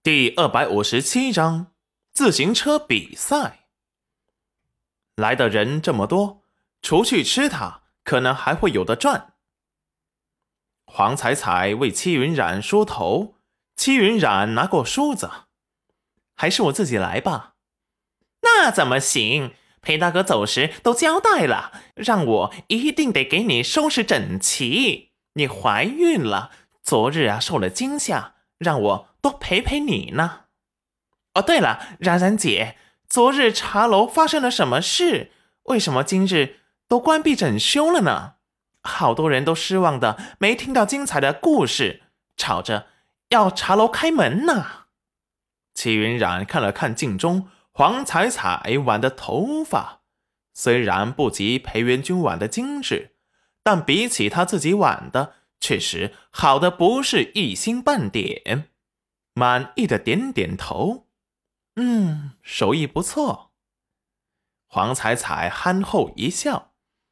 第257章自行车比赛。来的人这么多，除去吃它，可能还会有的赚。黄彩彩为戚云染梳头，戚云染拿过梳子，还是我自己来吧。那怎么行？裴大哥走时都交代了，让我一定得给你收拾整齐。你怀孕了，昨日受了惊吓，让我多陪陪你呢。哦，对了，冉冉姐，昨日茶楼发生了什么事？为什么今日都关闭整修了呢？好多人都失望的没听到精彩的故事，吵着要茶楼开门呢。戚云染看了看镜中黄彩彩挽的头发，虽然不及裴元君挽的精致，但比起他自己挽的，确实好的不是一星半点。满意的点点头，手艺不错。黄彩彩憨厚一笑，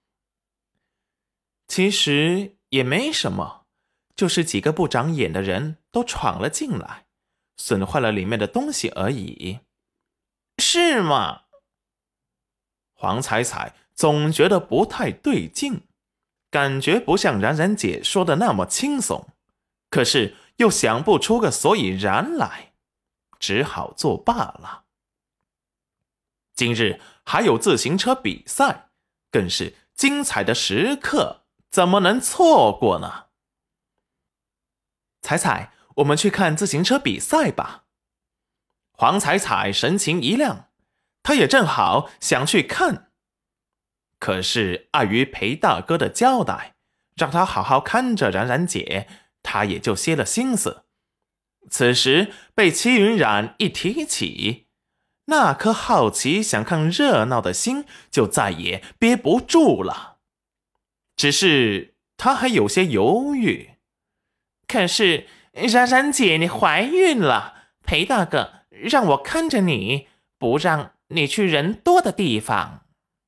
其实也没什么，就是几个不长眼的人都闯了进来，损坏了里面的东西而已。是吗？黄彩彩总觉得不太对劲，感觉不像冉冉姐说的那么轻松，可是又想不出个所以然来，只好作罢了。今日还有自行车比赛，更是精彩的时刻，怎么能错过呢？彩彩，我们去看自行车比赛吧。黄彩彩神情一亮，她也正好想去看，可是碍于裴大哥的交代，让他好好看着冉冉姐，她也就歇了心思。此时被戚云染一提起，那颗好奇想看热闹的心就再也憋不住了。只是他还有些犹豫。可是冉冉姐你怀孕了，裴大哥让我看着你，不让你去人多的地方。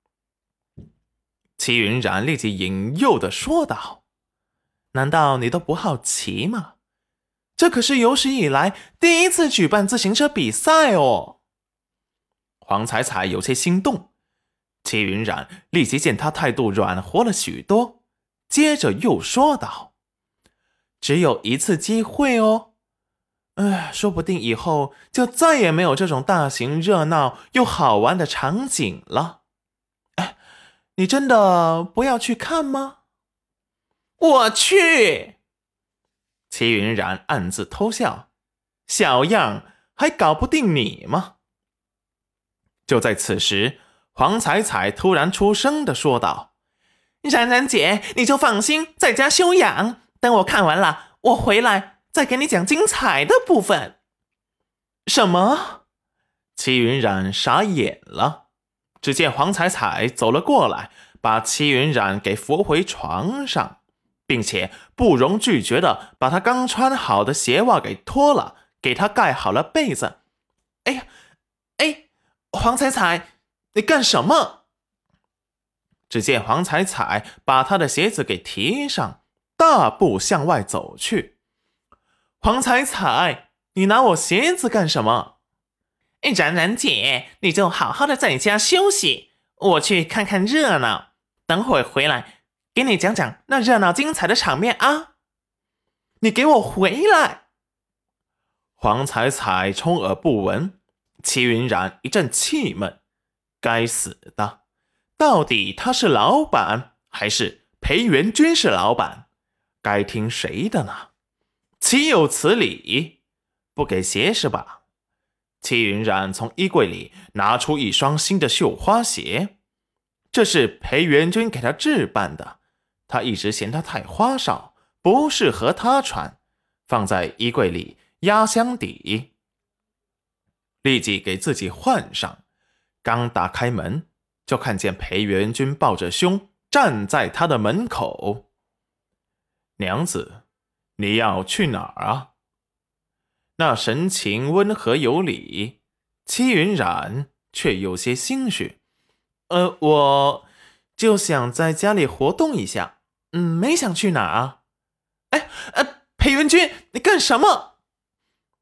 戚云染立即引诱地说道，难道你都不好奇吗？这可是有史以来第一次举办自行车比赛哦。黄彩彩有些心动，戚云染立即见他态度软和了许多，接着又说道，只有一次机会哦，说不定以后就再也没有这种大型热闹又好玩的场景了。你真的不要去看吗？我去！戚云染暗自偷笑，小样，还搞不定你吗？就在此时，黄彩彩突然出声地说道，冉冉姐，你就放心在家休养，等我看完了，我回来再给你讲精彩的部分。什么？戚云染傻眼了，只见黄彩彩走了过来，把戚云染给扶回床上，并且不容拒绝的把他刚穿好的鞋袜给脱了，给他盖好了被子。哎呀，黄彩彩，你干什么？只见黄彩彩把他的鞋子给提上，大步向外走去。黄彩彩，你拿我鞋子干什么？冉冉姐，你就好好的在家休息，我去看看热闹，等会回来给你讲讲那热闹精彩的场面啊！你给我回来！黄彩彩充耳不闻，戚云染一阵气闷，该死的，到底他是老板还是裴元君是老板？该听谁的呢？岂有此理！不给鞋是吧？戚云染从衣柜里拿出一双新的绣花鞋，这是裴元君给他置办的，他一直嫌他太花哨，不适合他穿，放在衣柜里压箱底。立即给自己换上，刚打开门，就看见裴元君抱着胸站在他的门口。娘子，你要去哪儿啊？那神情温和有礼，戚云染却有些心虚。我就想在家里活动一下，没想去哪儿啊。裴元君，你干什么？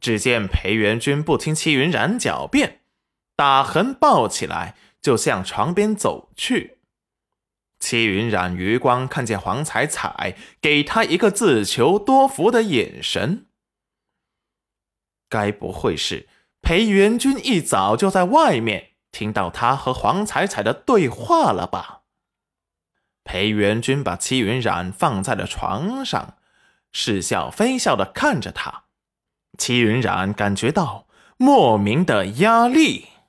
只见裴元君不听戚云染狡辩，打横抱起来就向床边走去。戚云染余光看见黄彩彩给他一个自求多福的眼神，该不会是裴元君一早就在外面听到他和黄彩彩的对话了吧？裴元君把戚云染放在了床上，似笑非笑地看着他。戚云染感觉到莫名的压力。